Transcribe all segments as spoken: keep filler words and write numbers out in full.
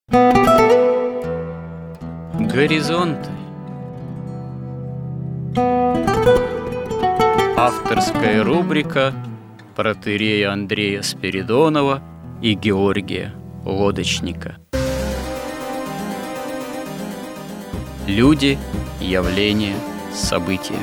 Горизонты. Авторская рубрика протоиерея Андрея Спиридонова и Георгия Лодочника. Люди, явления, события.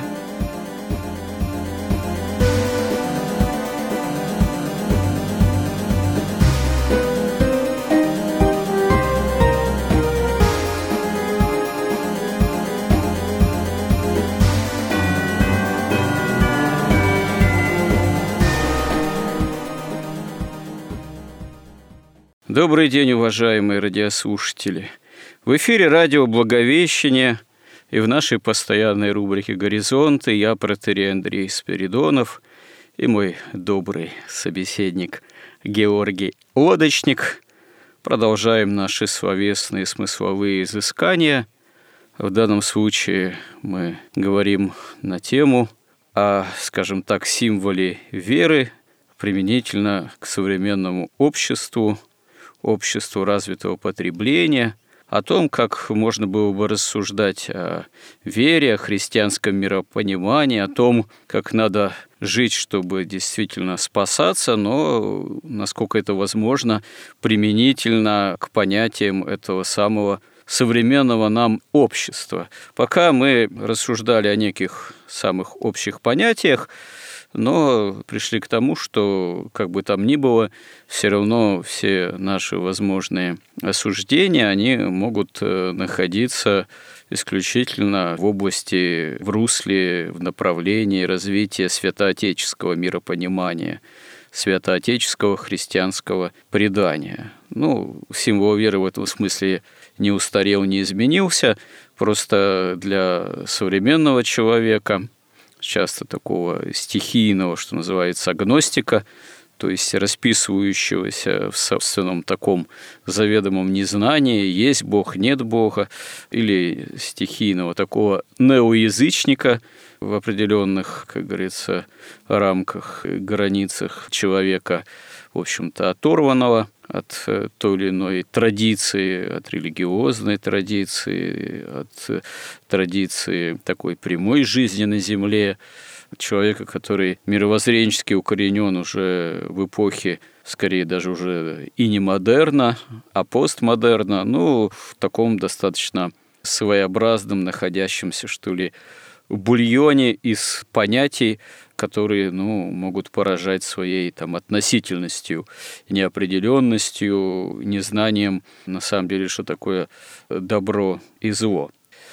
Добрый день, уважаемые радиослушатели! В эфире радио «Благовещение» и в нашей постоянной рубрике «Горизонты» я, протоиерей Андрей Спиридонов, и мой добрый собеседник Георгий Лодочник продолжаем наши словесные смысловые изыскания. В данном случае мы говорим на тему о, скажем так, символе веры применительно к современному обществу, обществу развитого потребления, о том, как можно было бы рассуждать о вере, о христианском миропонимании, о том, как надо жить, чтобы действительно спасаться, но, насколько это возможно, применительно к понятиям этого самого современного нам общества. Пока мы рассуждали о неких самых общих понятиях, но пришли к тому, что, как бы там ни было, все равно все наши возможные осуждения, они могут находиться исключительно в области, в русле, в направлении развития святоотеческого миропонимания, святоотеческого христианского предания. Ну, символ веры в этом смысле не устарел, не изменился, просто для современного человека, часто такого стихийного, что называется, агностика, то есть расписывающегося в собственном таком заведомом незнании, есть Бог, нет Бога, или стихийного такого неоязычника в определенных, как говорится, рамках, границах человека, в общем-то, оторванного от той или иной традиции, от религиозной традиции, от традиции такой прямой жизни на земле, человека, который мировоззренчески укоренен уже в эпохе, скорее даже уже и не модерна, а постмодерна, ну, в таком достаточно своеобразном, находящемся, что ли, бульоне из понятий, которые, ну, могут поражать своей там относительностью, неопределенностью, незнанием, на самом деле, что такое добро и зло.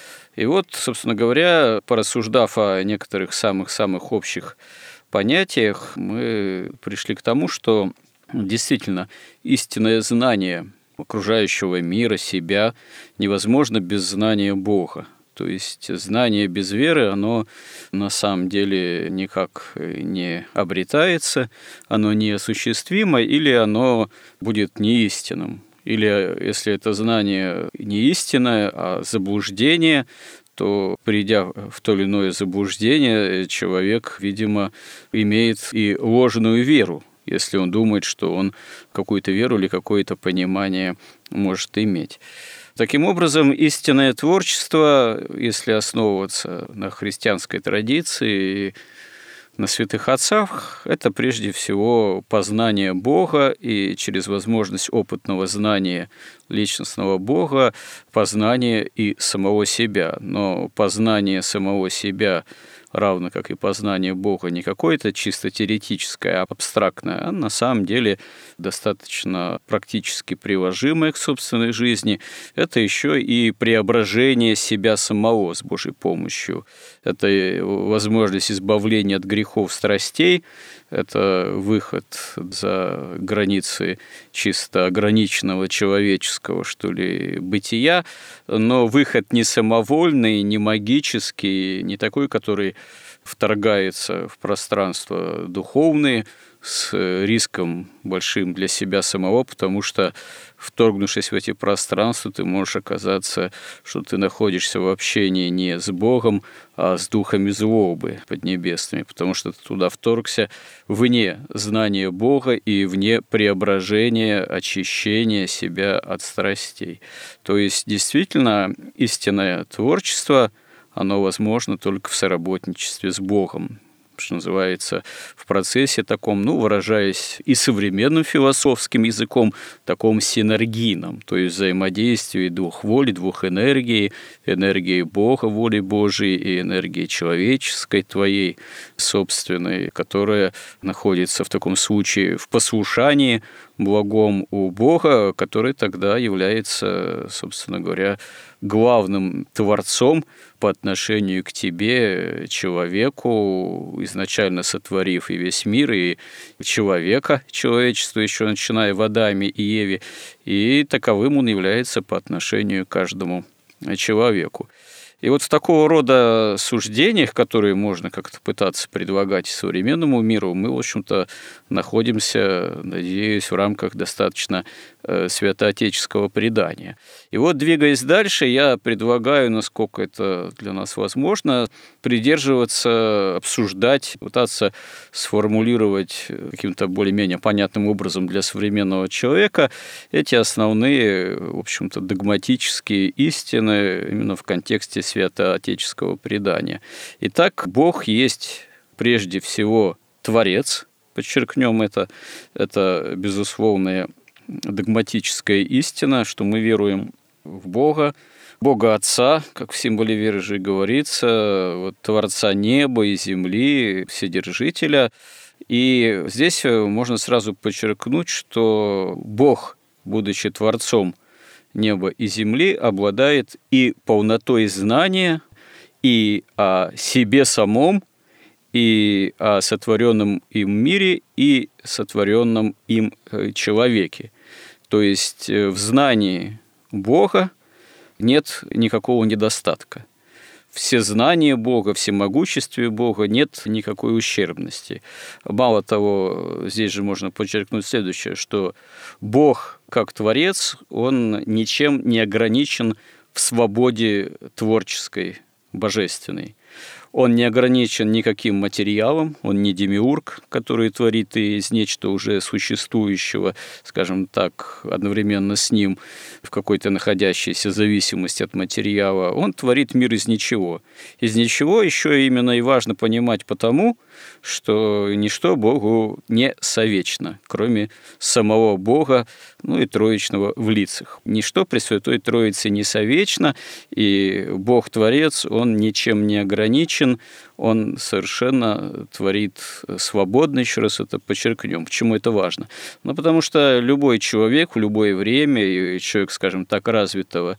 И вот, собственно говоря, порассуждав о некоторых самых-самых общих понятиях, мы пришли к тому, что действительно истинное знание окружающего мира, себя, невозможно без знания Бога. То есть знание без веры, оно на самом деле никак не обретается, оно неосуществимо или оно будет неистинным. Или если это знание не истинное, а заблуждение, то, придя в то или иное заблуждение, человек, видимо, имеет и ложную веру, если он думает, что он какую-то веру или какое-то понимание может иметь. Таким образом, истинное творчество, если основываться на христианской традиции и на святых отцах, это прежде всего познание Бога и через возможность опытного знания личностного Бога, познание и самого себя. Но познание самого себя, равно как и познание Бога, не какое-то чисто теоретическое, а абстрактное, а на самом деле достаточно практически приложимое к собственной жизни. Это еще и преображение себя самого с Божьей помощью. Это возможность избавления от грехов, страстей, это выход за границы чисто ограниченного человеческого, что ли, бытия, но выход не самовольный, не магический, не такой, который вторгается в пространство духовное с риском большим для себя самого, потому что, вторгнувшись в эти пространства, ты можешь оказаться, что ты находишься в общении не с Богом, а с духами злобы поднебесными, потому что ты туда вторгся вне знания Бога и вне преображения, очищения себя от страстей. То есть, действительно, истинное творчество, оно возможно только в соработничестве с Богом, что называется, в процессе таком, ну, выражаясь и современным философским языком, таком синергийном, то есть взаимодействии двух волей, двух энергий, энергии Бога, воли Божией и энергии человеческой, твоей собственной, которая находится в таком случае в послушании благом у Бога, который тогда является, собственно говоря, главным творцом по отношению к тебе, человеку, изначально сотворив и весь мир, и человека, человечество, еще начиная в Адаме и Еве, и таковым он является по отношению к каждому человеку. И вот в такого рода суждениях, которые можно как-то пытаться предлагать современному миру, мы, в общем-то, находимся, надеюсь, в рамках достаточно святоотеческого предания. И вот, двигаясь дальше, я предлагаю, насколько это для нас возможно, придерживаться, обсуждать, пытаться сформулировать каким-то более-менее понятным образом для современного человека эти основные, в общем-то, догматические истины именно в контексте святоотеческого предания. Итак, Бог есть прежде всего Творец, подчеркнем это, это безусловная догматическая истина, что мы веруем в Бога, Бога Отца, как в символе веры же и говорится, вот, Творца неба и земли, Вседержителя. И здесь можно сразу подчеркнуть, что Бог, будучи Творцом неба и земли, обладает и полнотой знания, и о себе самом, и о сотворенном им мире, и сотворенном им человеке. То есть в знании Бога нет никакого недостатка. Всезнание Бога, всемогуществе Бога нет никакой ущербности. Мало того, здесь же можно подчеркнуть следующее, что Бог, как Творец, Он ничем не ограничен в свободе творческой, божественной. Он не ограничен никаким материалом, он не демиург, который творит из нечто уже существующего, скажем так, одновременно с ним, в какой-то находящейся зависимости от материала. Он творит мир из ничего. Из ничего еще именно и важно понимать потому, что ничто Богу не совечно, кроме самого Бога, ну и троичного в лицах. Ничто Пресвятой Троице не совечно, и Бог-творец, Он ничем не ограничен, Он совершенно творит свободно, еще раз это подчеркнем. Почему это важно? Ну, потому что любой человек в любое время, и человек, скажем так, развитого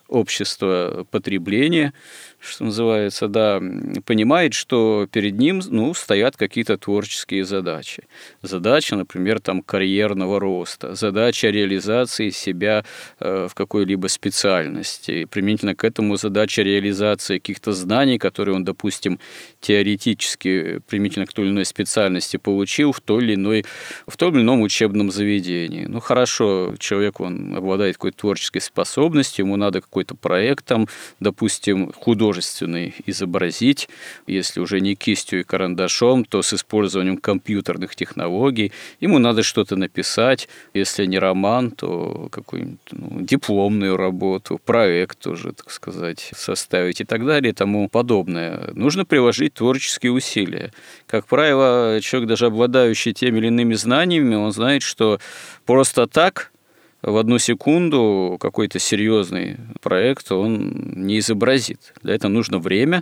общества потребления, что называется, да, понимает, что перед ним, ну, стоят какие-то творческие задачи. Задача, например, там, карьерного роста, задача реализации себя э, в какой-либо специальности. И применительно к этому задача реализации каких-то знаний, которые он, допустим, теоретически применительно к той или иной специальности получил в той или иной, в том или ином учебном заведении. Ну, хорошо, человек, он обладает какой-то творческой способностью, ему надо какой-то проект, там, допустим, художественный изобразить, если уже не кистью и карандашом, то с использованием компьютерных технологий. Ему надо что-то написать, если не роман, то какую-нибудь ну, дипломную работу, проект тоже, так сказать, составить и так далее и тому подобное. Нужно приложить творческие усилия. Как правило, человек, даже обладающий теми или иными знаниями, он знает, что просто так в одну секунду какой-то серьезный проект он не изобразит. Для этого нужно время,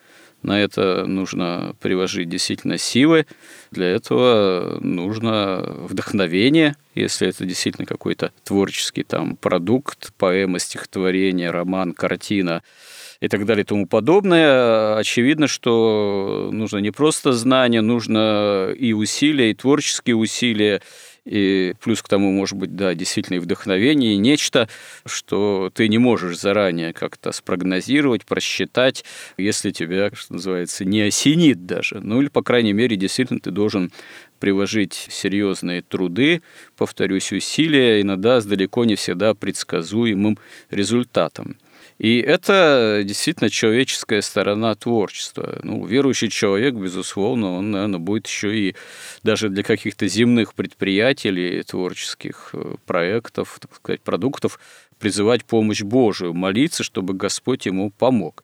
на это нужно приложить действительно силы, для этого нужно вдохновение, если это действительно какой-то творческий там продукт, поэма, стихотворение, роман, картина и так далее и тому подобное. Очевидно, что нужно не просто знание, нужно и усилия, и творческие усилия, И плюс к тому, может быть, да, действительно и вдохновение, и нечто, что ты не можешь заранее как-то спрогнозировать, просчитать, если тебя, что называется, не осенит даже. Ну или, по крайней мере, действительно ты должен приложить серьезные труды, повторюсь, усилия, иногда с далеко не всегда предсказуемым результатом. И это действительно человеческая сторона творчества. Ну, верующий человек, безусловно, он, наверное, будет еще и даже для каких-то земных предприятий или творческих проектов, так сказать, продуктов призывать помощь Божию, молиться, чтобы Господь ему помог.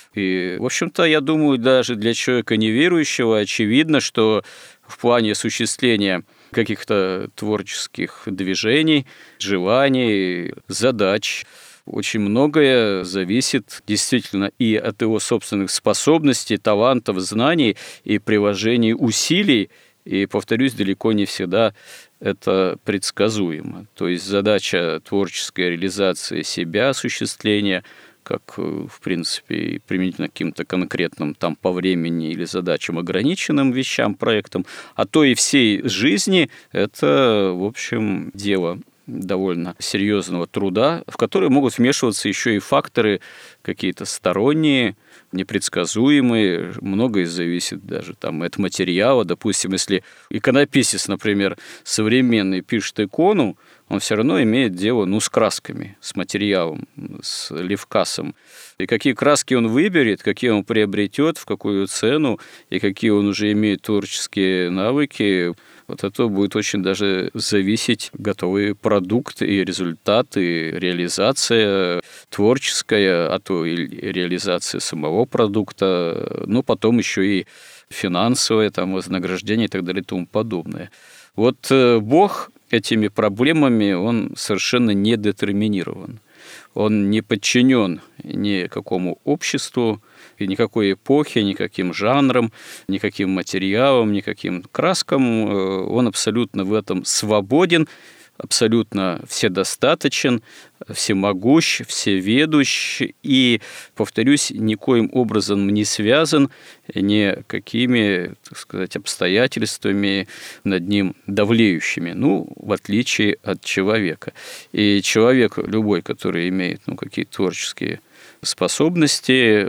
И, в общем-то, я думаю, даже для человека неверующего очевидно, что в плане осуществления каких-то творческих движений, желаний, задач очень многое зависит действительно и от его собственных способностей, талантов, знаний и приложений усилий. И, повторюсь, далеко не всегда это предсказуемо. То есть задача творческой реализации себя, осуществления, как, в принципе, применительно к каким-то конкретным там по времени или задачам, ограниченным вещам, проектам, а то и всей жизни, это, в общем, дело довольно серьезного труда, в который могут вмешиваться еще и факторы какие-то сторонние, непредсказуемые, многое зависит даже там от материала. Допустим, если иконописец, например, современный пишет икону, он все равно имеет дело, ну, с красками, с материалом, с левкасом. И какие краски он выберет, какие он приобретет, в какую цену, и какие он уже имеет творческие навыки, вот это будет очень даже зависеть готовый продукт и результат, и реализация творческая, а то и реализация самого продукта, ну, потом еще и финансовое там, вознаграждение и так далее и тому подобное. Вот Бог этими проблемами, он совершенно не детерминирован. Он не подчинен никакому обществу, и никакой эпохе, никаким жанрам, никаким материалам, никаким краскам. Он абсолютно в этом свободен, абсолютно вседостаточен, всемогущ, всеведущ и, повторюсь, никоим образом не связан никакими, так сказать, обстоятельствами над ним давлеющими, ну, в отличие от человека. И человек любой, который имеет ну, какие-то творческие способности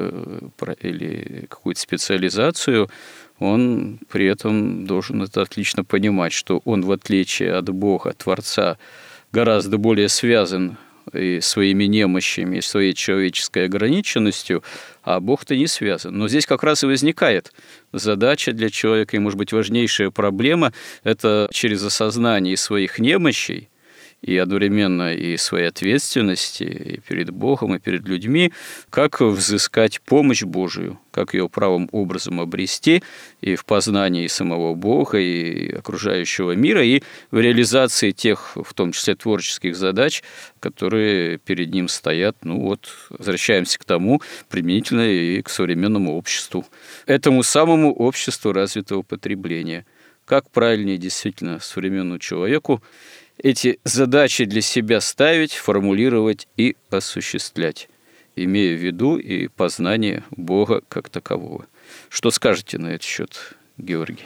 или какую-то специализацию, он при этом должен это отлично понимать, что он, в отличие от Бога, Творца, гораздо более связан и своими немощами, и своей человеческой ограниченностью, а Бог-то не связан. Но здесь как раз и возникает задача для человека, и, может быть, важнейшая проблема – это через осознание своих немощей, и одновременно и своей ответственности и перед Богом, и перед людьми, как взыскать помощь Божию, как ее правым образом обрести и в познании самого Бога, и окружающего мира, и в реализации тех, в том числе творческих задач, которые перед ним стоят. Ну вот, возвращаемся к тому, применительно и к современному обществу, этому самому обществу развитого потребления. Как правильнее действительно современному человеку эти задачи для себя ставить, формулировать и осуществлять, имея в виду и познание Бога как такового. Что скажете на этот счет, Георгий?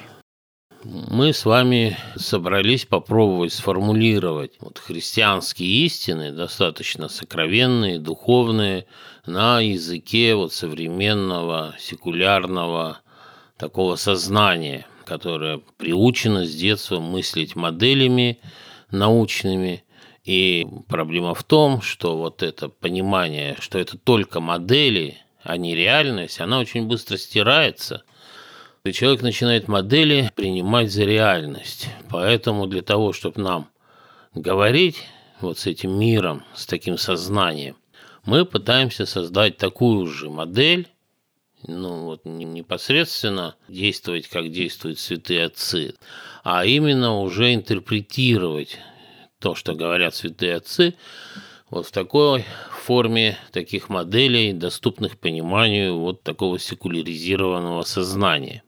Мы с вами собрались попробовать сформулировать вот христианские истины, достаточно сокровенные, духовные, на языке вот современного, секулярного такого сознания, которое приучено с детства мыслить моделями научными. И проблема в том, что вот это понимание, что это только модели, а не реальность, она очень быстро стирается. И человек начинает модели принимать за реальность. Поэтому для того, чтобы нам говорить вот с этим миром, с таким сознанием, мы пытаемся создать такую же модель, ну вот непосредственно действовать, как действуют святые отцы, а именно уже интерпретировать то, что говорят святые отцы, вот в такой форме таких моделей, доступных пониманию вот такого секуляризированного сознания.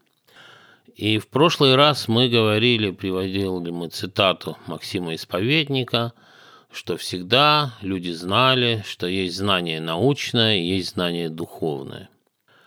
И в прошлый раз мы говорили, приводили мы цитату Максима Исповедника, что всегда люди знали, что есть знание научное, есть знание духовное.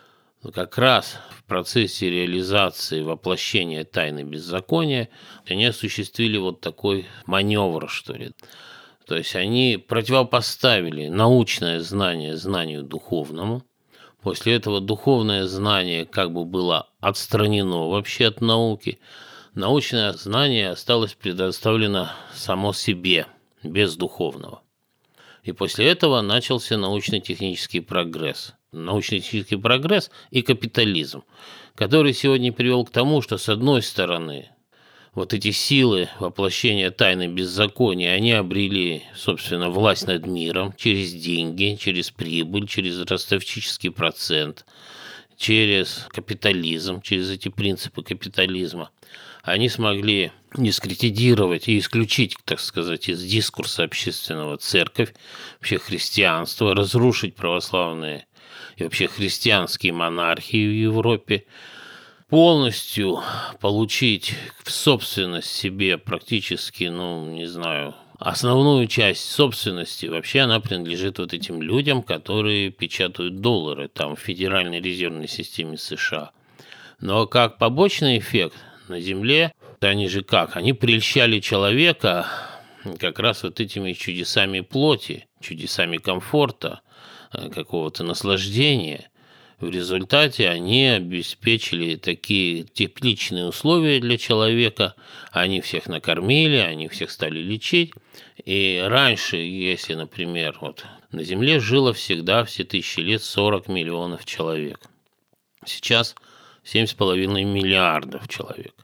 как раз в процессе реализации воплощения тайны беззакония они осуществили вот такой маневр, что ли. То есть они противопоставили научное знание знанию духовному. После этого духовное знание как бы было отстранено вообще от науки. Научное знание осталось предоставлено само себе, без духовного. И после этого начался научно-технический прогресс. Научно-технический прогресс и капитализм, который сегодня привел к тому, что, с одной стороны, вот эти силы воплощения тайны беззакония, они обрели, собственно, власть над миром через деньги, через прибыль, через ростовщический процент, через капитализм, через эти принципы капитализма. Они смогли дискредитировать и исключить, так сказать, из дискурса общественного церковь, вообще христианство, разрушить православные и вообще христианские монархии в Европе, полностью получить в собственность себе практически, ну, не знаю, основную часть собственности, вообще она принадлежит вот этим людям, которые печатают доллары там в Федеральной резервной системе США. Но как побочный эффект на Земле, они же как? Они прельщали человека как раз вот этими чудесами плоти, чудесами комфорта, какого-то наслаждения. В результате они обеспечили такие тепличные условия для человека, они всех накормили, они всех стали лечить. И раньше, если, например, вот на Земле жило всегда все тысячи лет сорок миллионов человек. Сейчас семь с половиной миллиардов человек.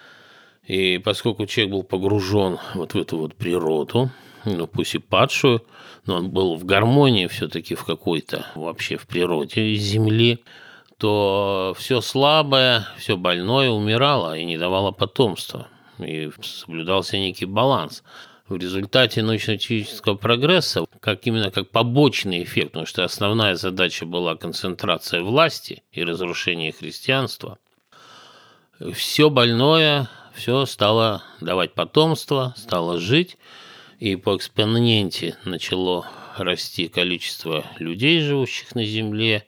И поскольку человек был погружен вот в эту вот природу, ну пусть и падшую, но он был в гармонии все-таки в какой-то вообще в природе Земли, то все слабое, все больное умирало и не давало потомства. И соблюдался некий баланс. В результате научно-технического прогресса, как именно как побочный эффект, потому что основная задача была концентрация власти и разрушение христианства, все больное, все стало давать потомство, стало жить, и по экспоненте начало расти количество людей, живущих на Земле,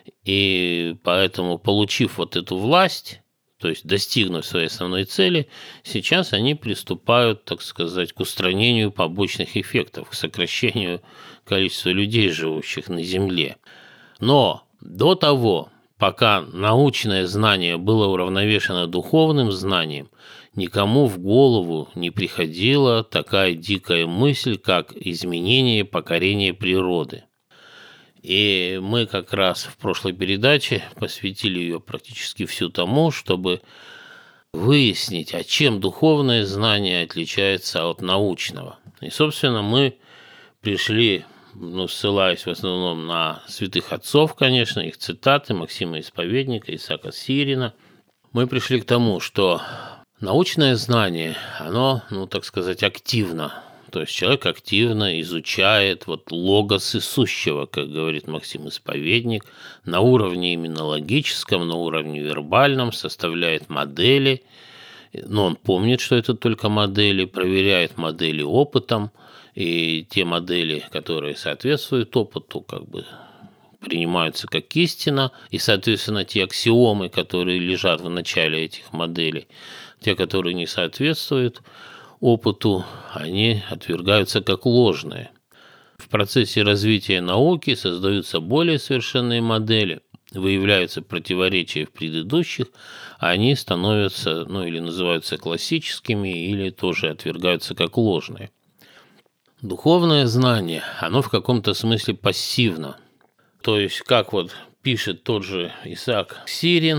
и поэтому, получив вот эту власть, то есть достигнув своей основной цели, сейчас они приступают, так сказать, к устранению побочных эффектов, к сокращению количества людей, живущих на Земле. Но до того, пока научное знание было уравновешено духовным знанием, никому в голову не приходила такая дикая мысль, как изменение, покорение природы. И мы как раз в прошлой передаче посвятили ее практически всю тому, чтобы выяснить, а чем духовное знание отличается от научного. И, собственно, мы пришли, ну, ссылаясь в основном на святых отцов, конечно, их цитаты Максима Исповедника, Исаака Сирина, мы пришли к тому, что научное знание, оно, ну, так сказать, активно. То есть человек активно изучает вот логос сущего, как говорит Максим Исповедник, на уровне именно логическом, на уровне вербальном, составляет модели, но он помнит, что это только модели, проверяет модели опытом, и те модели, которые соответствуют опыту, как бы принимаются как истина, и, соответственно, те аксиомы, которые лежат в начале этих моделей, те, которые не соответствуют опыту, они отвергаются как ложные. В процессе развития науки создаются более совершенные модели, выявляются противоречия в предыдущих, они становятся, ну, или называются классическими, или тоже отвергаются как ложные. Духовное знание, оно в каком-то смысле пассивно. То есть, как вот пишет тот же Исаак Сирин,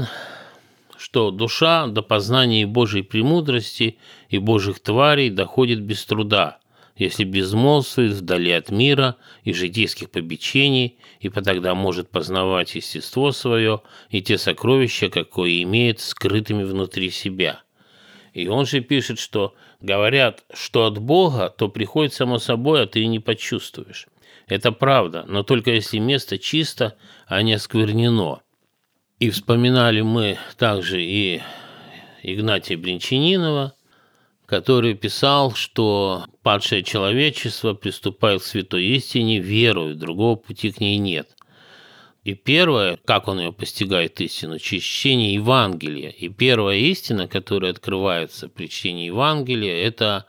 что душа до познания Божьей премудрости и Божьих тварей доходит без труда, если безмолвствует вдали от мира и житейских побечений, ибо тогда может познавать естество свое и те сокровища, какое имеет, скрытыми внутри себя. И он же пишет, что говорят, что от Бога, то приходит само собой, а ты не почувствуешь. Это правда, но только если место чисто, а не осквернено. И вспоминали мы также и Игнатия Бринчанинова, который писал, что падшее человечество приступает к святой истине верою, другого пути к ней нет. И первое, как он ее постигает истину, через чтение Евангелия. И первая истина, которая открывается при чтении Евангелия, это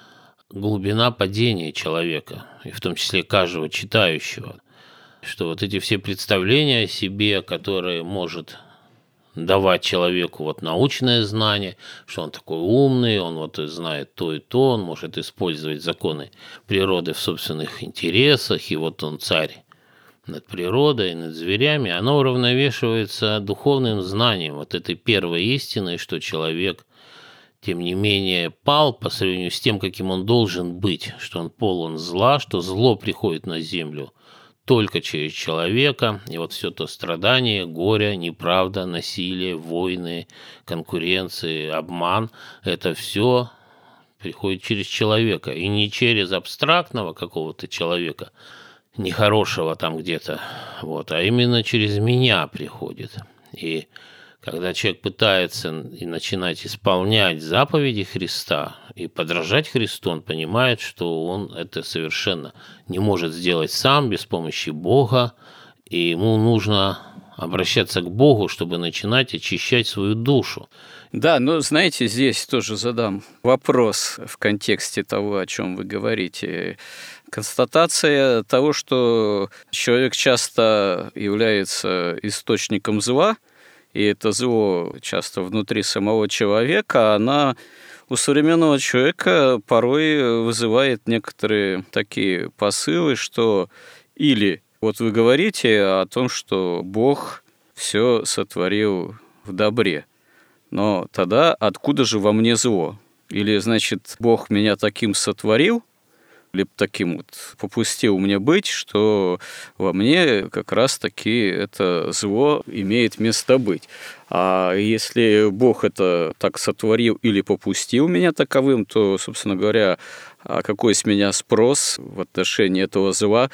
глубина падения человека, и в том числе каждого читающего. Что вот эти все представления о себе, которые может давать человеку вот научное знание, что он такой умный, он вот знает то и то, он может использовать законы природы в собственных интересах, и вот он царь над природой, над зверями, оно уравновешивается духовным знанием вот этой первой истины, что человек, тем не менее, пал по сравнению с тем, каким он должен быть, что он полон зла, что зло приходит на землю только через человека, и вот все то страдание, горе, неправда, насилие, войны, конкуренции, обман, это все приходит через человека, и не через абстрактного какого-то человека, нехорошего там где-то, вот, а именно через меня приходит. И когда человек пытается и начинать исполнять заповеди Христа и подражать Христу, он понимает, что он это совершенно не может сделать сам, без помощи Бога, и ему нужно обращаться к Богу, чтобы начинать очищать свою душу. Да, но знаете, здесь тоже задам вопрос в контексте того, о чем вы говорите. Констатация того, что человек часто является источником зла, и это зло часто внутри самого человека, она у современного человека порой вызывает некоторые такие посылы, что или вот вы говорите о том, что Бог все сотворил в добре, но тогда откуда же во мне зло? Или, значит, Бог меня таким сотворил, либо таким вот попустил мне быть, что во мне как раз-таки это зло имеет место быть. А если Бог это так сотворил или попустил меня таковым, то, собственно говоря, а какой с меня спрос в отношении этого зла,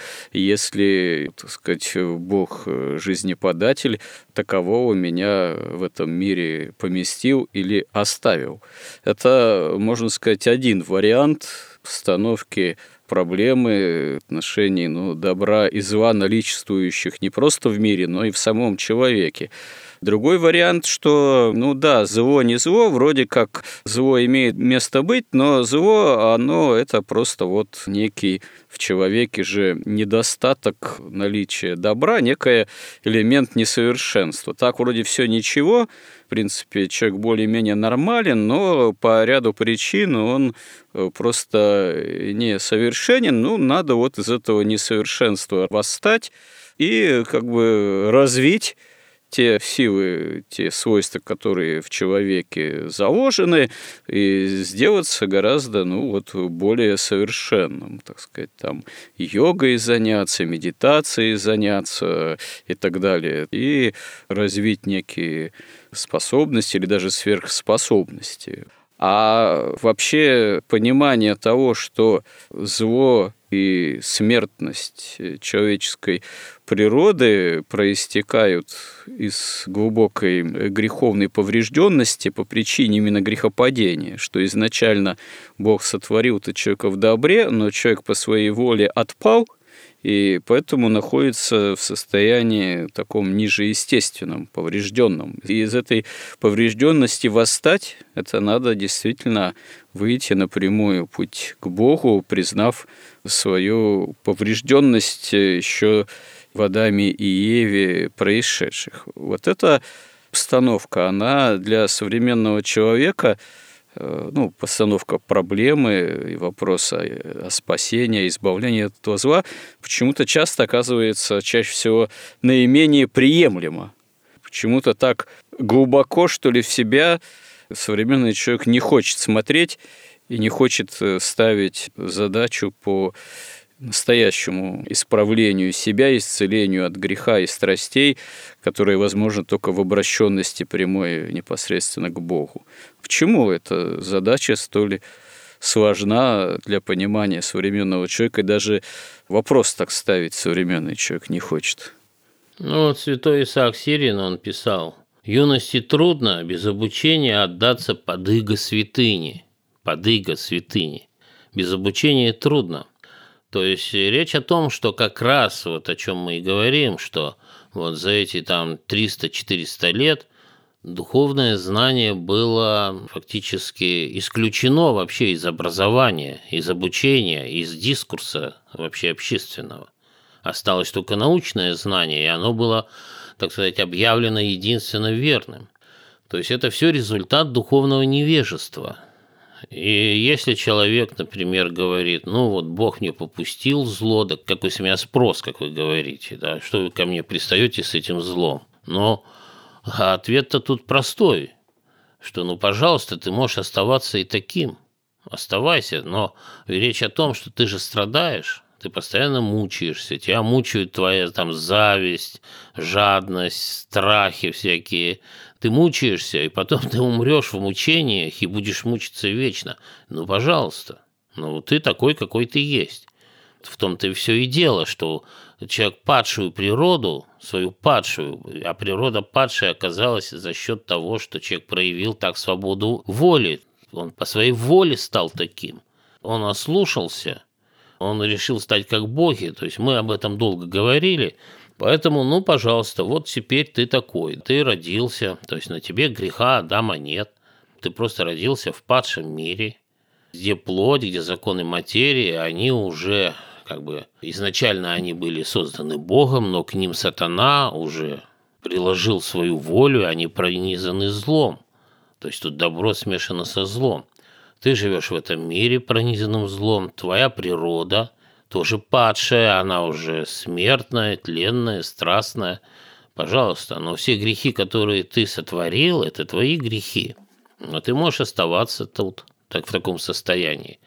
если, так сказать, Бог жизнеподатель такового меня в этом мире поместил или оставил? Это, можно сказать, один вариант постановки проблемы отношений ну, добра и зла, наличествующих не просто в мире, но и в самом человеке. Другой вариант, что, ну да, зло не зло, вроде как зло имеет место быть, но зло, оно это просто вот некий в человеке же недостаток наличия добра, некий элемент несовершенства. Так вроде все ничего, в принципе, человек более-менее нормален, но по ряду причин он просто несовершенен, ну, надо вот из этого несовершенства восстать и как бы развить те силы, те свойства, которые в человеке заложены, и сделаться гораздо, ну, вот, более совершенным, так сказать, там, йогой заняться, медитацией заняться и так далее, и развить некие способности или даже сверхспособности. А вообще понимание того, что зло и смертность человеческой природы проистекают из глубокой греховной поврежденности по причине именно грехопадения, что изначально Бог сотворил -то человека в добре, но человек по своей воле отпал, и поэтому находится в состоянии таком нижеестественном, поврежденном. И из этой поврежденности восстать, это надо действительно выйти на прямой путь к Богу, признав свою поврежденность еще в Адаме и Еве происшедших. Вот эта постановка, она для современного человека, ну, постановка проблемы и вопроса о спасении, избавлении от этого зла почему-то часто оказывается чаще всего наименее приемлемо. Почему-то так глубоко, что ли, в себя современный человек не хочет смотреть и не хочет ставить задачу по настоящему исправлению себя, исцелению от греха и страстей, которые возможны только в обращенности прямой непосредственно к Богу. Почему эта задача столь сложна для понимания современного человека, и даже вопрос так ставить современный человек не хочет? Ну, вот святой Исаак Сирин, он писал: «Юности трудно без обучения отдаться под иго святыни, под иго святыни. Без обучения трудно». То есть речь о том, что как раз вот о чем мы и говорим, что вот за эти там триста-четыреста лет духовное знание было фактически исключено вообще из образования, из обучения, из дискурса вообще общественного. Осталось только научное знание, и оно было, так сказать, объявлено единственно верным. То есть это все результат духовного невежества. И если человек, например, говорит, ну вот Бог мне попустил зло, да какой с меня спрос, как вы говорите, да, что вы ко мне пристаете с этим злом? Но ответ-то тут простой, что ну, пожалуйста, ты можешь оставаться и таким, оставайся, но речь о том, что ты же страдаешь, ты постоянно мучаешься, тебя мучают твоя там зависть, жадность, страхи всякие. Ты мучаешься, и потом ты умрешь в мучениях и будешь мучиться вечно. Ну, пожалуйста, ну ты такой, какой ты есть. В том-то и все и дело, что человек падшую природу, свою падшую, а природа падшая оказалась за счет того, что человек проявил так свободу воли. Он по своей воле стал таким. Он ослушался. Он решил стать как боги, то есть мы об этом долго говорили, поэтому, ну, пожалуйста, вот теперь ты такой, ты родился, то есть на тебе греха Адама нет, ты просто родился в падшем мире, где плоть, где законы материи, они уже, как бы, изначально они были созданы Богом, но к ним сатана уже приложил свою волю, и они пронизаны злом, то есть тут добро смешано со злом. Ты живешь в этом мире, пронизанном злом, твоя природа тоже падшая, она уже смертная, тленная, страстная. Пожалуйста, но все грехи, которые ты сотворил, это твои грехи. Но ты можешь оставаться тут, так, в таком состоянии.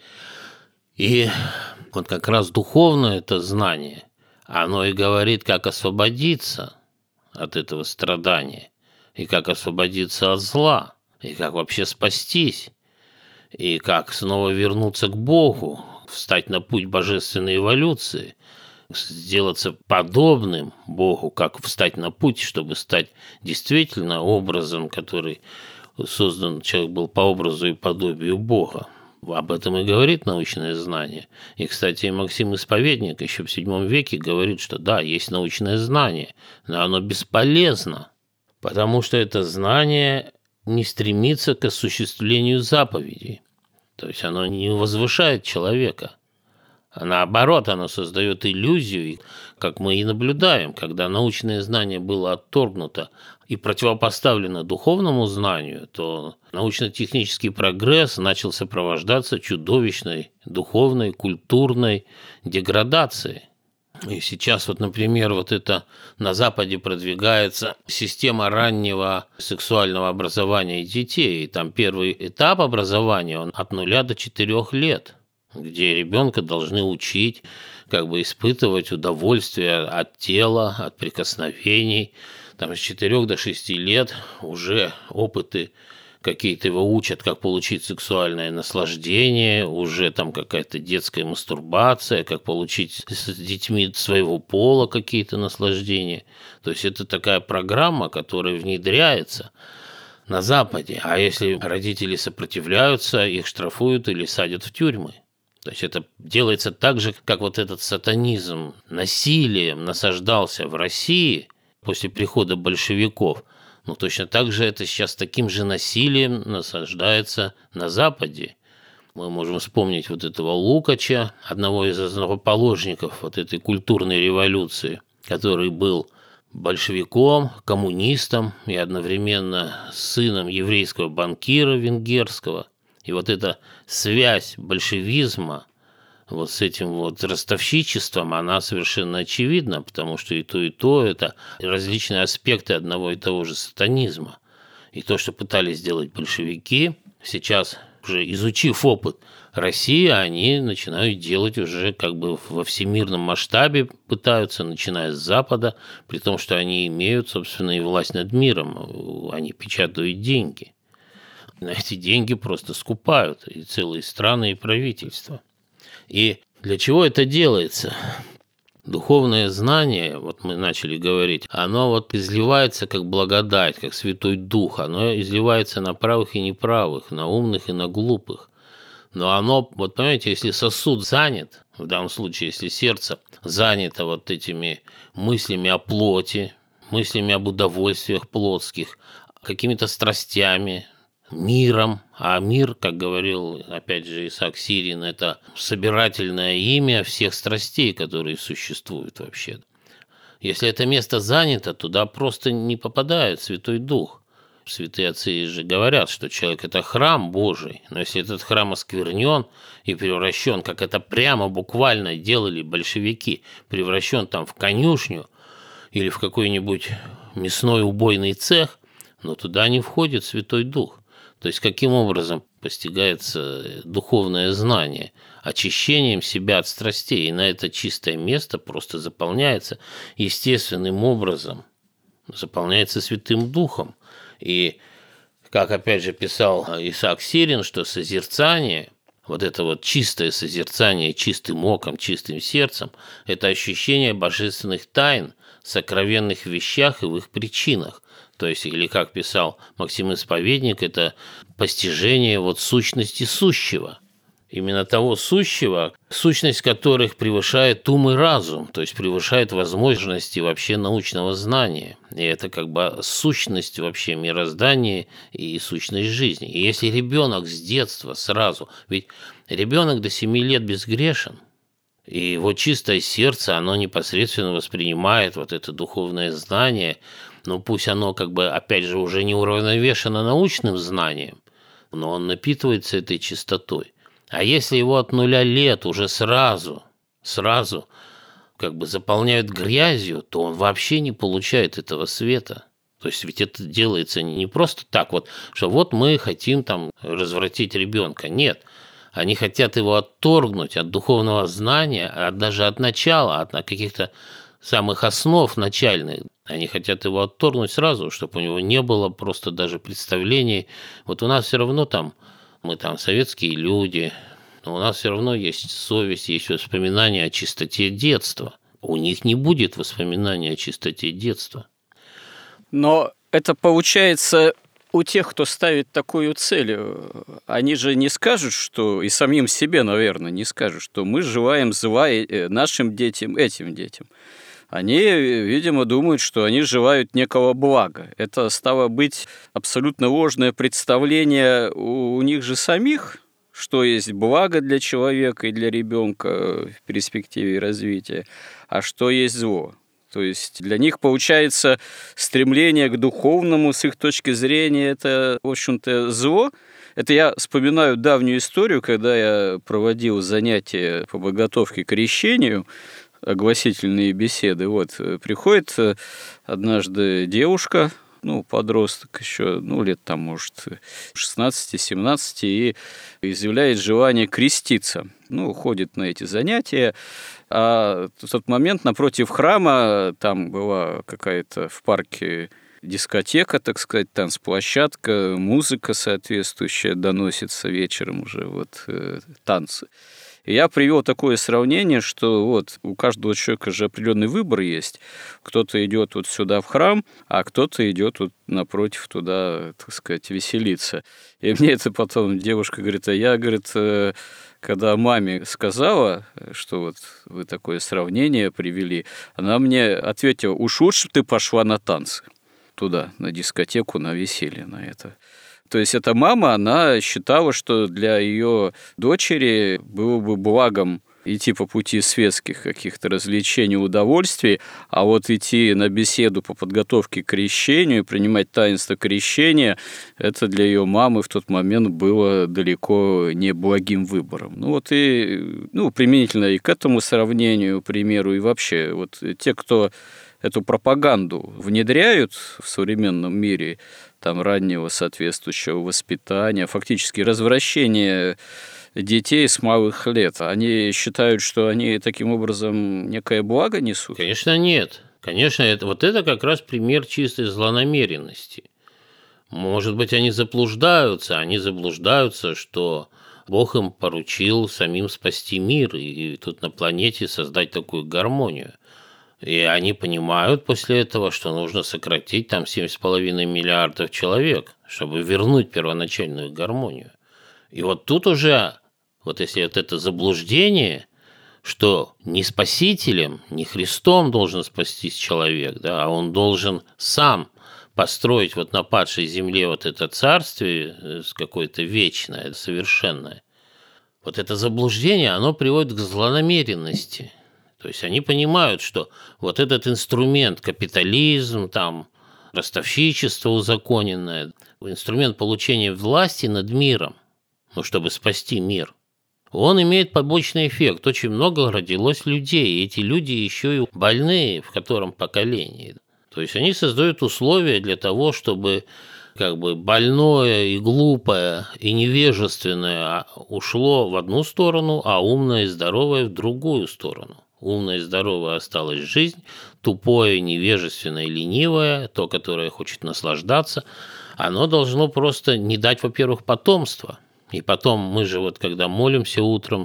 И вот как раз духовное это знание, оно и говорит, как освободиться от этого страдания, и как освободиться от зла, и как вообще спастись. И как снова вернуться к Богу, встать на путь божественной эволюции, сделаться подобным Богу, как встать на путь, чтобы стать действительно образом, который создан, человек был по образу и подобию Бога. Об этом и говорит научное знание. И, кстати, Максим Исповедник еще в седьмом веке говорит, что да, есть научное знание, но оно бесполезно, потому что это знание не стремится к осуществлению заповедей. То есть оно не возвышает человека, а наоборот, оно создает иллюзию, как мы и наблюдаем, когда научное знание было отторгнуто и противопоставлено духовному знанию, то научно-технический прогресс начал сопровождаться чудовищной духовной, культурной деградацией. И сейчас вот, например, вот это на Западе продвигается система раннего сексуального образования детей. И там первый этап образования, он от нуля до четырех лет, где ребенка должны учить, как бы испытывать удовольствие от тела, от прикосновений. Там с четырёх до шести лет уже опыты какие-то его учат, как получить сексуальное наслаждение, уже там какая-то детская мастурбация, как получить с детьми своего пола какие-то наслаждения. То есть это такая программа, которая внедряется на Западе. А если родители сопротивляются, их штрафуют или садят в тюрьмы. То есть это делается так же, как вот этот сатанизм насилием насаждался в России после прихода большевиков. Ну, точно так же это сейчас таким же насилием насаждается на Западе. Мы можем вспомнить вот этого Лукача, одного из основоположников вот этой культурной революции, который был большевиком, коммунистом и одновременно сыном еврейского банкира венгерского. И вот эта связь большевизма вот с этим вот ростовщичеством, она совершенно очевидна, потому что и то, и то – это различные аспекты одного и того же сатанизма. И то, что пытались сделать большевики, сейчас, уже изучив опыт России, они начинают делать уже как бы во всемирном масштабе, пытаются, начиная с Запада, при том, что они имеют, собственно, и власть над миром, они печатают деньги. На эти деньги просто скупают и целые страны, и правительства. И для чего это делается? Духовное знание, вот мы начали говорить, оно вот изливается как благодать, как Святой Дух, оно изливается на правых и неправых, на умных и на глупых. Но оно, вот понимаете, если сосуд занят, в данном случае, если сердце занято вот этими мыслями о плоти, мыслями об удовольствиях плотских, какими-то страстями, миром, а мир, как говорил, опять же, Исаак Сирин, это собирательное имя всех страстей, которые существуют вообще. Если это место занято, туда просто не попадает Святой Дух. Святые отцы же говорят, что человек – это храм Божий, но если этот храм осквернен и превращен, как это прямо буквально делали большевики, превращен там в конюшню или в какой-нибудь мясной убойный цех, но туда не входит Святой Дух. То есть каким образом постигается духовное знание? Очищением себя от страстей, и на это чистое место просто заполняется естественным образом, заполняется Святым Духом. И, как опять же писал Исаак Сирин, что созерцание, вот это вот чистое созерцание чистым оком, чистым сердцем, это ощущение божественных тайн, сокровенных вещах и в их причинах. То есть, или как писал Максим Исповедник, это постижение вот сущности сущего. Именно того сущего, сущность которых превышает ум и разум, то есть превышает возможности вообще научного знания. И это как бы сущность вообще мироздания и сущность жизни. И если ребенок с детства сразу, ведь ребенок до семи лет безгрешен, и его чистое сердце, оно непосредственно воспринимает вот это духовное знание, но пусть оно как бы, опять же, уже не уравновешено научным знанием, но он напитывается этой чистотой. А если его от нуля лет уже сразу, сразу как бы заполняют грязью, то он вообще не получает этого света. То есть ведь это делается не просто так вот, что вот мы хотим там развратить ребенка. Нет, они хотят его отторгнуть от духовного знания, от, даже от начала, от каких-то самых основ начальных. Они хотят его отторгнуть сразу, чтобы у него не было просто даже представлений. Вот у нас все равно там, мы там советские люди, но у нас все равно есть совесть, есть воспоминания о чистоте детства. У них не будет воспоминаний о чистоте детства. Но это получается у тех, кто ставит такую цель, они же не скажут, что, и самим себе, наверное, не скажут, что мы желаем зла нашим детям, этим детям. Они, видимо, думают, что они желают некого блага. Это стало быть абсолютно ложное представление у, у них же самих, что есть благо для человека и для ребенка в перспективе развития, а что есть зло. То есть для них, получается, стремление к духовному, с их точки зрения, это, в общем-то, зло. Это я вспоминаю давнюю историю, когда я проводил занятия по подготовке к крещению, огласительные беседы. Вот, приходит однажды девушка, ну, подросток еще, ну, лет там, может, шестнадцать-семнадцать, и изъявляет желание креститься. Ну, ходит на эти занятия. А в тот момент напротив храма там была какая-то в парке дискотека, так сказать, танцплощадка, музыка соответствующая доносится вечером уже, вот, э, танцы. И я привел такое сравнение, что вот у каждого человека же определенный выбор есть. Кто-то идет вот сюда в храм, а кто-то идет вот напротив туда, так сказать, веселиться. И мне это потом девушка говорит, а я, говорит, когда маме сказала, что вот вы такое сравнение привели, она мне ответила, уж лучше ты пошла на танцы туда, на дискотеку, на веселье, на это. То есть эта мама, она считала, что для ее дочери было бы благом идти по пути светских каких-то развлечений, удовольствий, а вот идти на беседу по подготовке к крещению, принимать таинство крещения, это для ее мамы в тот момент было далеко не благим выбором. Ну вот и, ну, применительно и к этому сравнению, примеру, и вообще, вот те, кто эту пропаганду внедряют в современном мире, там, раннего соответствующего воспитания, фактически развращение детей с малых лет. Они считают, что они таким образом некое благо несут? Конечно, нет. Конечно, это, вот это как раз пример чистой злонамеренности. Может быть, они заблуждаются, они заблуждаются, что Бог им поручил самим спасти мир и тут на планете создать такую гармонию. И они понимают после этого, что нужно сократить там семь с половиной миллиардов человек, чтобы вернуть первоначальную гармонию. И вот тут уже Вот если вот это заблуждение, что не Спасителем, не Христом должен спастись человек, да, а он должен сам построить вот на падшей земле вот это царствие какое-то вечное, совершенное. Вот это заблуждение, оно приводит к злонамеренности. То есть они понимают, что вот этот инструмент, капитализм, там, ростовщичество узаконенное, инструмент получения власти над миром, ну, чтобы спасти мир, он имеет побочный эффект. Очень много родилось людей, и эти люди еще и больные, в котором поколении. То есть они создают условия для того, чтобы как бы больное и глупое и невежественное ушло в одну сторону, а умное и здоровое в другую сторону. Умное и здоровое осталась жизнь, тупое, невежественное, ленивое, то, которое хочет наслаждаться, оно должно просто не дать, во-первых, потомства. И потом мы же вот когда молимся утром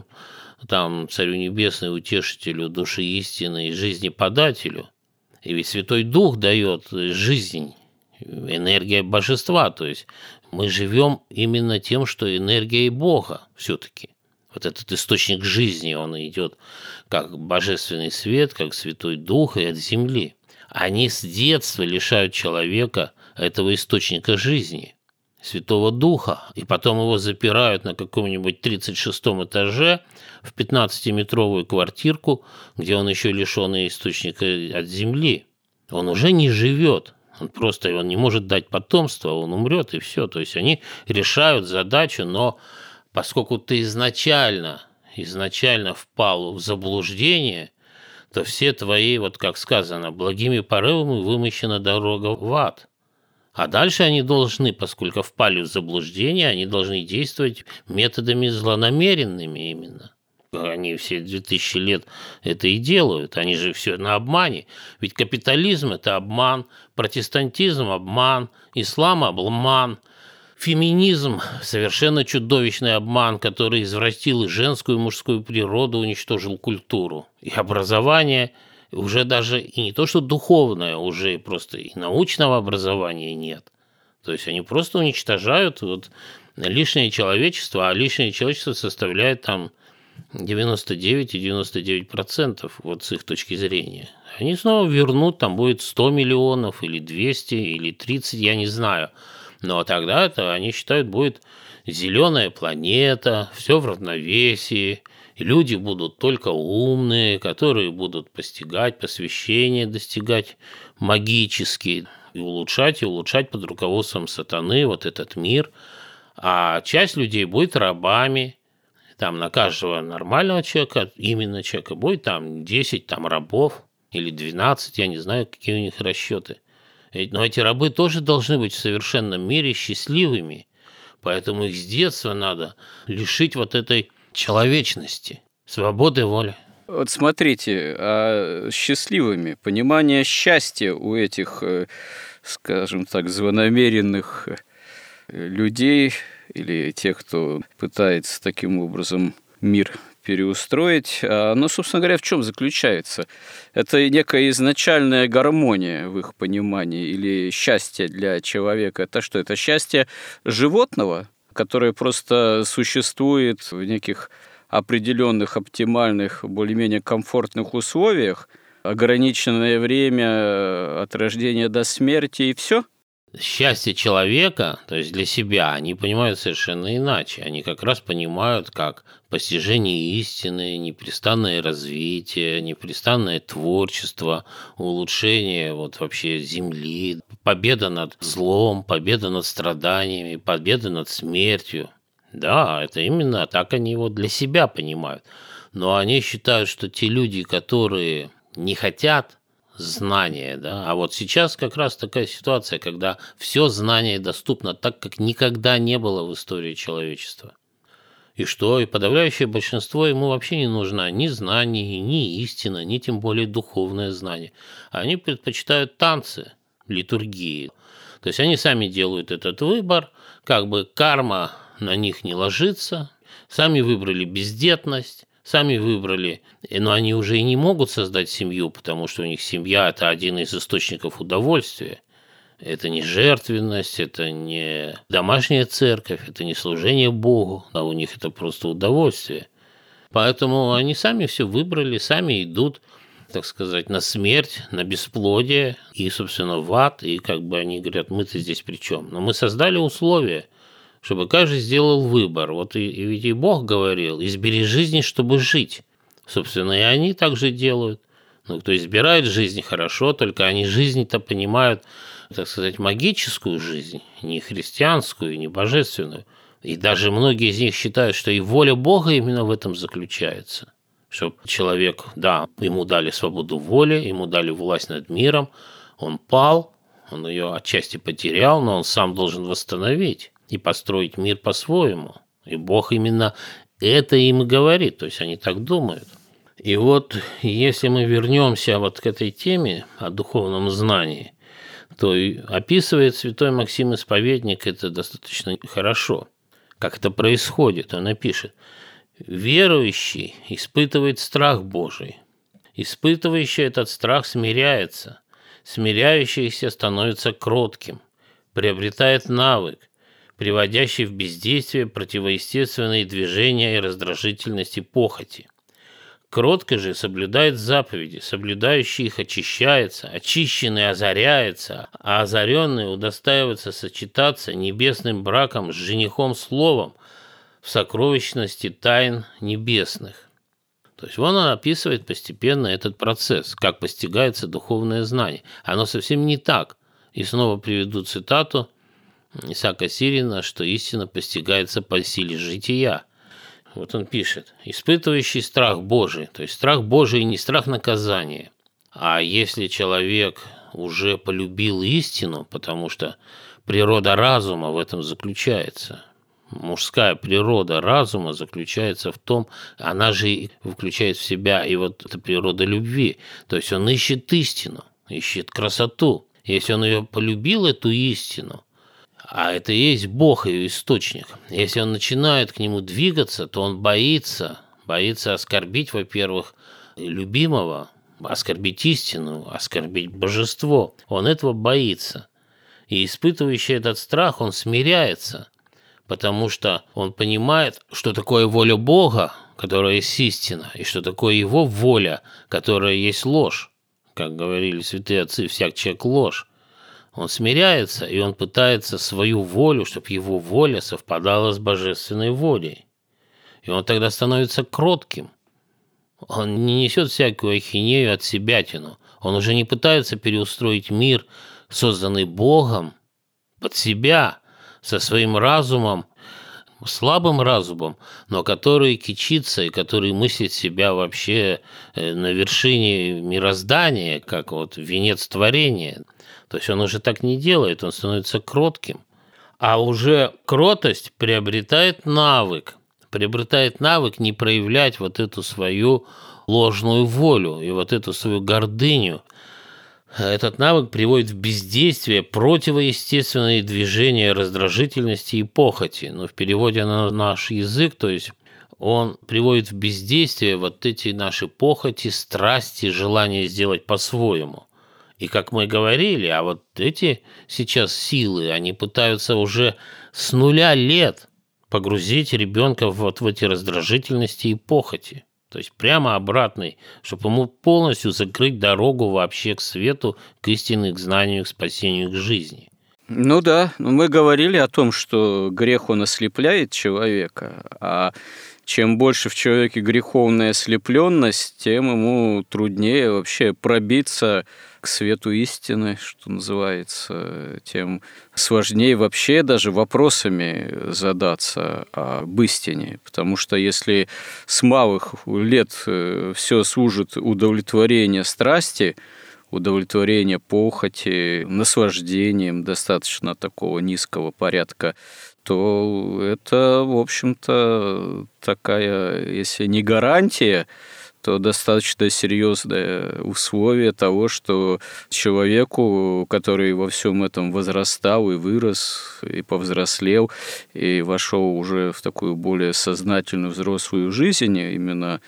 там Царю Небесному, Утешителю, Души истины и жизни подателю, и ведь Святой Дух дает жизнь, энергия Божества, то есть мы живем именно тем, что энергией Бога все-таки. Вот этот источник жизни, он идет как божественный свет, как Святой Дух и от земли. Они с детства лишают человека этого источника жизни, Святого Духа, и потом его запирают на каком-нибудь тридцать шестом этаже в пятнадцатиметровую квартирку, где он еще лишен источника от земли. Он уже не живет, он просто он не может дать потомство, он умрет и все. То есть они решают задачу, но поскольку ты изначально, изначально впал в заблуждение, то все твои, вот как сказано, благими порывами вымощена дорога в ад. А дальше они должны, поскольку впали в заблуждение, они должны действовать методами злонамеренными именно. Они все две тысячи лет это и делают, они же все на обмане. Ведь капитализм – это обман, протестантизм – обман, ислам – обман, феминизм – совершенно чудовищный обман, который извратил и женскую, и мужскую природу, уничтожил культуру. И образование – уже даже и не то, что духовное, уже просто и научного образования нет. То есть они просто уничтожают вот лишнее человечество, а лишнее человечество составляет там девяносто девять и девяносто девять процентов вот с их точки зрения. Они снова вернут, там будет сто миллионов или двести или тридцать, я не знаю. Но тогда это, они считают, будет зеленая планета, все в равновесии. И люди будут только умные, которые будут постигать, посвящения достигать магические, и улучшать, и улучшать под руководством сатаны вот этот мир. А часть людей будет рабами. Там на каждого нормального человека, именно человека, будет там десять там, рабов или двенадцать, я не знаю, какие у них расчеты. Но эти рабы тоже должны быть в совершенном мире счастливыми. Поэтому их с детства надо лишить вот этой человечности, свободы воли. Вот смотрите, а счастливыми, понимание счастья у этих, скажем так, злонамеренных людей или тех, кто пытается таким образом мир переустроить, оно, собственно говоря, в чем заключается? Это некая изначальная гармония в их понимании или счастье для человека. Это что? Это счастье животного, которое просто существует в неких определенных, оптимальных, более-менее комфортных условиях, ограниченное время от рождения до смерти и все? Счастье человека, то есть для себя, они понимают совершенно иначе. Они как раз понимают, как постижение истины, непрестанное развитие, непрестанное творчество, улучшение вот вообще земли, победа над злом, победа над страданиями, победа над смертью. Да, это именно так они его для себя понимают. Но они считают, что те люди, которые не хотят знания, да, а вот сейчас как раз такая ситуация, когда все знание доступно так, как никогда не было в истории человечества. И что? И подавляющее большинство ему вообще не нужно ни знание, ни истина, ни тем более духовное знание. Они предпочитают танцы, литургии. То есть они сами делают этот выбор, как бы карма на них не ложится, сами выбрали бездетность, сами выбрали, но они уже и не могут создать семью, потому что у них семья – это один из источников удовольствия. Это не жертвенность, это не домашняя церковь, это не служение Богу, а у них это просто удовольствие. Поэтому они сами все выбрали, сами идут, так сказать, на смерть, на бесплодие и, собственно, в ад. И как бы они говорят, мы-то здесь при чем? Но мы создали условия, чтобы каждый сделал выбор. Вот и, и ведь и Бог говорил, избери жизни, чтобы жить. Собственно, и они также делают. Ну, кто избирает жизнь, хорошо, только они жизнь-то понимают, так сказать, магическую жизнь, не христианскую, не божественную. И даже многие из них считают, что и воля Бога именно в этом заключается. Что человек, да, ему дали свободу воли, ему дали власть над миром, он пал, он ее отчасти потерял, но он сам должен восстановить и построить мир по-своему. И Бог именно это им и говорит, то есть они так думают. И вот если мы вернемся вот к этой теме о духовном знании, то описывает святой Максим Исповедник это достаточно хорошо. Как это происходит? Он пишет: «Верующий испытывает страх Божий. Испытывающий этот страх смиряется. Смиряющийся становится кротким, приобретает навык, приводящий в бездействие противоестественные движения и раздражительности похоти. Кроткий же соблюдает заповеди, соблюдающий их очищается, очищенный озаряется, а озаренный удостаивается сочетаться небесным браком с женихом словом в сокровищности тайн небесных». То есть он описывает постепенно этот процесс, как постигается духовное знание. Оно совсем не так. И снова приведу цитату Исаака Сирина, что истина постигается по силе жития. Вот он пишет: «Испытывающий страх Божий», то есть страх Божий не страх наказания. А если человек уже полюбил истину, потому что природа разума в этом заключается, мужская природа разума заключается в том, она же включает в себя и вот эта природа любви, то есть он ищет истину, ищет красоту. Если он ее полюбил, эту истину, а это и есть Бог, ее источник. Если он начинает к нему двигаться, то он боится, боится оскорбить, во-первых, любимого, оскорбить истину, оскорбить божество. Он этого боится. И испытывающий этот страх, он смиряется, потому что он понимает, что такое воля Бога, которая есть истина, и что такое его воля, которая есть ложь. Как говорили святые отцы, всяк человек ложь. Он смиряется, и он пытается свою волю, чтобы его воля совпадала с божественной волей. И он тогда становится кротким. Он не несет всякую ахинею от себятину. Он уже не пытается переустроить мир, созданный Богом, под себя, со своим разумом, слабым разумом, но который кичится и который мыслит себя вообще на вершине мироздания, как вот венец творения. То есть он уже так не делает, он становится кротким. А уже кротость приобретает навык, приобретает навык не проявлять вот эту свою ложную волю и вот эту свою гордыню. Этот навык приводит в бездействие противоестественные движения раздражительности и похоти. Но в переводе на наш язык, то есть он приводит в бездействие вот эти наши похоти, страсти, желания сделать по-своему. И как мы говорили, а вот эти сейчас силы, они пытаются уже с нуля лет погрузить ребенка вот в эти раздражительности и похоти. То есть прямо обратный, чтобы ему полностью закрыть дорогу вообще к свету, к истине, к знанию, к спасению, к жизни. Ну да, мы говорили о том, что грех, он ослепляет человека, а чем больше в человеке греховная ослепленность, тем ему труднее вообще пробиться к свету истины, что называется, тем сложнее вообще даже вопросами задаться об истине. Потому что если с малых лет все служит удовлетворение страсти, удовлетворение похоти, наслаждением достаточно такого низкого порядка, то это, в общем-то, такая, если не гарантия, то достаточно серьезное условие того, что человеку, который во всем этом возрастал и вырос, и повзрослел, и вошел уже в такую более сознательную взрослую жизнь, именно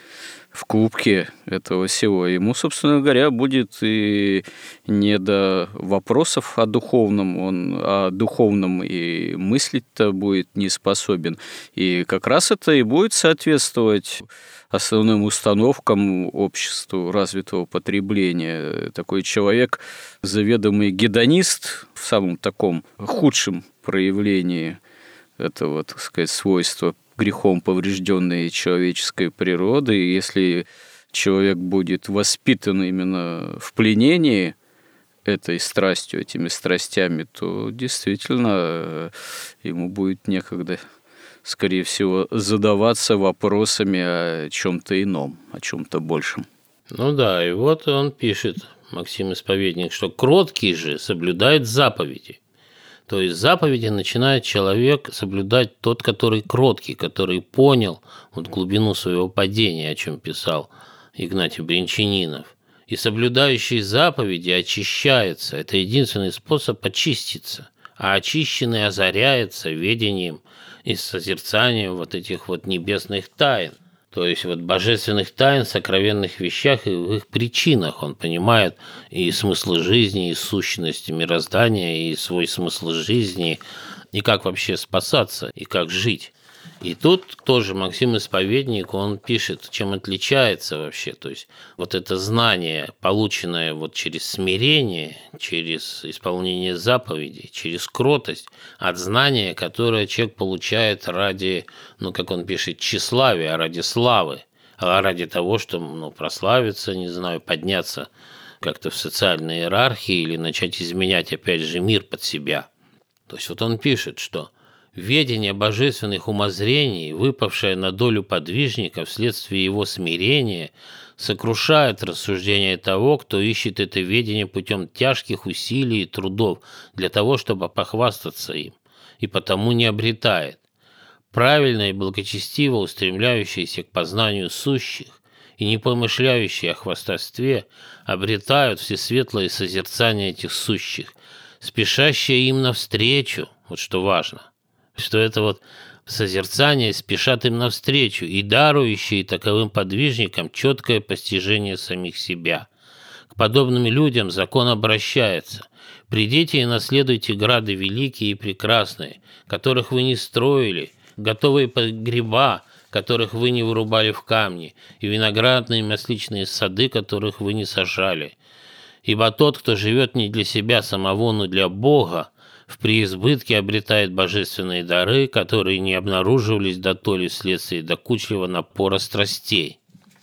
в кубке этого всего. Ему, собственно говоря, будет и не до вопросов о духовном, он о духовном и мыслить-то будет не способен. И как раз это и будет соответствовать основным установкам обществу развитого потребления. Такой человек, заведомый гедонист в самом таком худшем проявлении этого, так сказать, свойства грехом поврежденной человеческой природы. И если человек будет воспитан именно в пленении этой страстью, этими страстями, то действительно ему будет некогда, скорее всего, задаваться вопросами о чем-то ином, о чем-то большем. Ну да, и вот он пишет, Максим Исповедник, что кроткий же соблюдает заповеди. То есть заповеди начинает человек соблюдать тот, который кроткий, который понял вот глубину своего падения, о чем писал Игнатий Брянчанинов. И соблюдающий заповеди очищается. Это единственный способ очиститься. А очищенный озаряется ведением и созерцанием вот этих вот небесных тайн. То есть вот божественных тайн, сокровенных вещах и в их причинах. Он понимает и смысл жизни, и сущность мироздания, и свой смысл жизни, и как вообще спасаться, и как жить. И тут тоже Максим Исповедник, он пишет, чем отличается вообще. То есть вот это знание, полученное вот через смирение, через исполнение заповедей, через кротость, от знания, которое человек получает ради, ну, как он пишет, тщеславия, ради славы, а ради того, чтобы, ну, прославиться, не знаю, подняться как-то в социальной иерархии или начать изменять, опять же, мир под себя. То есть вот он пишет, что ведение божественных умозрений, выпавшее на долю подвижника вследствие его смирения, сокрушает рассуждения того, кто ищет это ведение путем тяжких усилий и трудов для того, чтобы похвастаться им, и потому не обретает. Правильно и благочестиво устремляющиеся к познанию сущих и не помышляющие о хвастовстве обретают всесветлое созерцание этих сущих, спешащие им навстречу, вот что важно, что это вот созерцание спешат им навстречу и дарующие таковым подвижникам четкое постижение самих себя. К подобным людям закон обращается. «Придите и наследуйте грады великие и прекрасные, которых вы не строили, готовые погреба, которых вы не вырубали в камни, и виноградные и масличные сады, которых вы не сажали. Ибо тот, кто живет не для себя самого, но для Бога, в преизбытке обретает божественные дары, которые не обнаруживались дотоле вследствие докучливого напора страстей».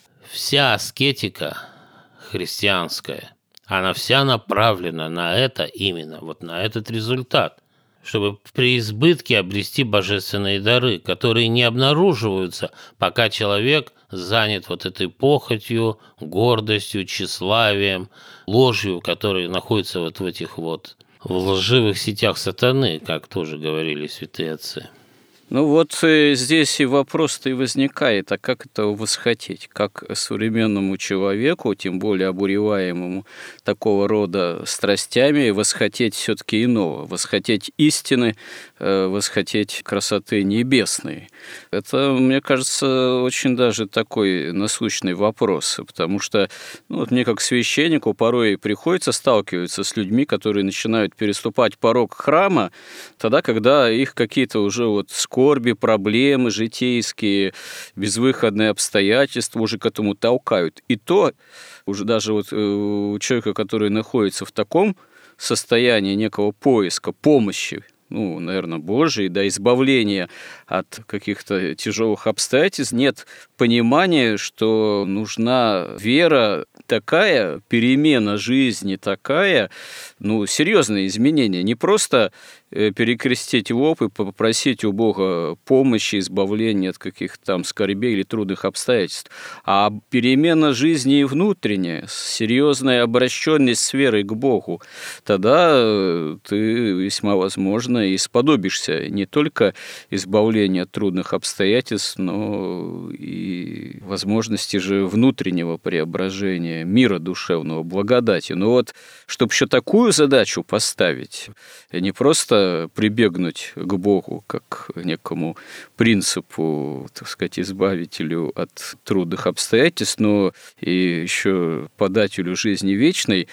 Вся аскетика христианская, она вся направлена на это именно, вот на этот результат, чтобы в преизбытке обрести божественные дары, которые не обнаруживаются, пока человек занят вот этой похотью, гордостью, тщеславием, ложью, которые находятся вот в этих вот в лживых сетях сатаны, как тоже говорили святые отцы. Ну вот э, здесь и вопрос-то и возникает, а как это восхотеть? Как современному человеку, тем более обуреваемому такого рода страстями, восхотеть все-таки иного, восхотеть истины, э, восхотеть красоты небесной? Это, мне кажется, очень даже такой насущный вопрос, потому что ну, вот мне как священнику порой приходится сталкиваться с людьми, которые начинают переступать порог храма, тогда, когда их какие-то уже вот скорби, проблемы житейские, безвыходные обстоятельства уже к этому толкают. И то уже даже вот у человека, который находится в таком состоянии некого поиска, помощи, ну, наверное, Божией, да, избавления от каких-то тяжелых обстоятельств, нет понимания, что нужна вера такая, перемена жизни такая, ну, серьезные изменения, не просто перекрестить лоб и попросить у Бога помощи, избавления от каких-то там скорбей или трудных обстоятельств, а перемена жизни и внутренняя, серьезная обращенность с верой к Богу, тогда ты весьма возможно и сподобишься не только избавления от трудных обстоятельств, но и и возможности же внутреннего преображения, мира душевного, благодати. Но вот, чтобы еще такую задачу поставить, не просто прибегнуть к Богу как к некому принципу, так сказать, избавителю от трудных обстоятельств, но и еще подателю жизни вечной,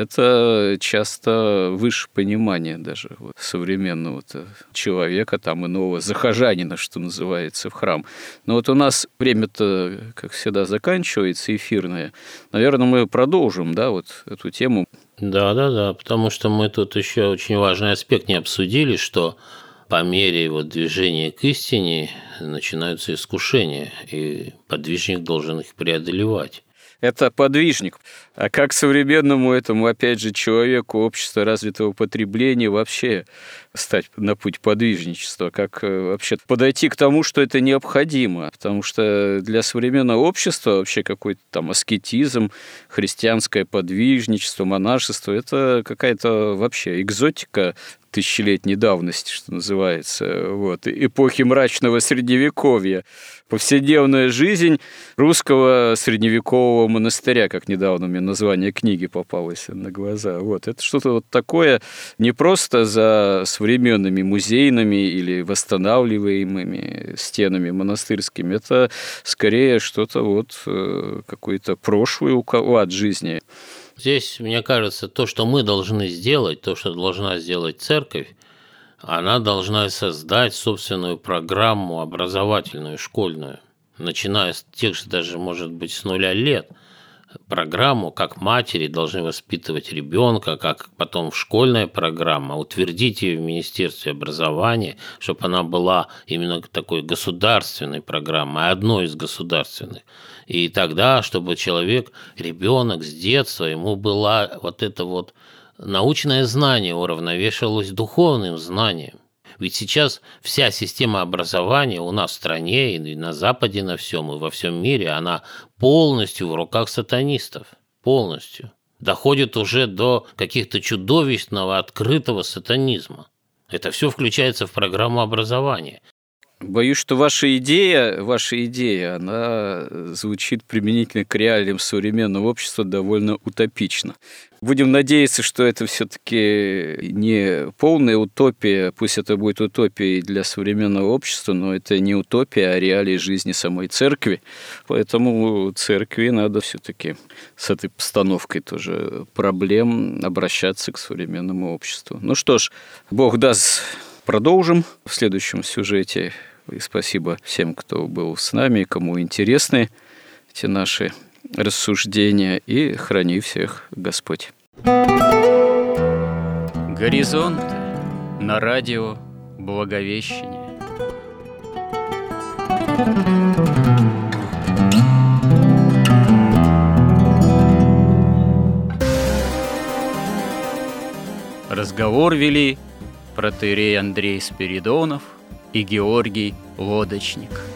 это часто выше понимания даже вот современного человека, там иного захожанина, что называется, в храм. Но вот у нас время-то, как всегда, заканчивается эфирное. Наверное, мы продолжим, да, вот эту тему. Да, да, да, потому что мы тут еще очень важный аспект не обсудили, что по мере вот движения к истине начинаются искушения, и подвижник должен их преодолевать. Это подвижник. А как современному этому, опять же, человеку общества развитого потребления вообще стать на путь подвижничества? Как вообще подойти к тому, что это необходимо? Потому что для современного общества вообще какой-то там аскетизм, христианское подвижничество, монашество – это какая-то вообще экзотика тысячелетней давности, что называется, вот, эпохи мрачного средневековья. Повседневная жизнь русского средневекового монастыря, как недавно мне название книги попалось на глаза. Вот. Это что-то вот такое не просто за современными музейными или восстанавливаемыми стенами монастырскими, это скорее что-то вот какой-то прошлый уклад жизни. Здесь, мне кажется, то, что мы должны сделать, то, что должна сделать церковь, она должна создать собственную программу образовательную, школьную, начиная с тех же даже, может быть, с нуля лет. Программу, как матери должны воспитывать ребенка, как потом школьная программа, утвердить ее в Министерстве образования, чтобы она была именно такой государственной программой, одной из государственных. И тогда, чтобы человек, ребенок с детства, ему было вот это вот научное знание уравновешивалось духовным знанием. Ведь сейчас вся система образования у нас в стране и на Западе на всем, и во всем мире, она полностью в руках сатанистов. Полностью. Доходит уже до каких-то чудовищного открытого сатанизма. Это все включается в программу образования. Боюсь, что ваша идея, ваша идея, она звучит применительно к реалиям современного общества довольно утопично. Будем надеяться, что это все-таки не полная утопия, пусть это будет утопией для современного общества, но это не утопия, а реалии жизни самой церкви. Поэтому церкви надо все-таки с этой постановкой тоже проблем обращаться к современному обществу. Ну что ж, Бог даст, продолжим в следующем сюжете. И спасибо всем, кто был с нами, кому интересны эти наши рассуждения, и храни всех Господь. Горизонт на радио Благовещение. Разговор вели протоиерей Андрей Спиридонов и Георгий Лодочник.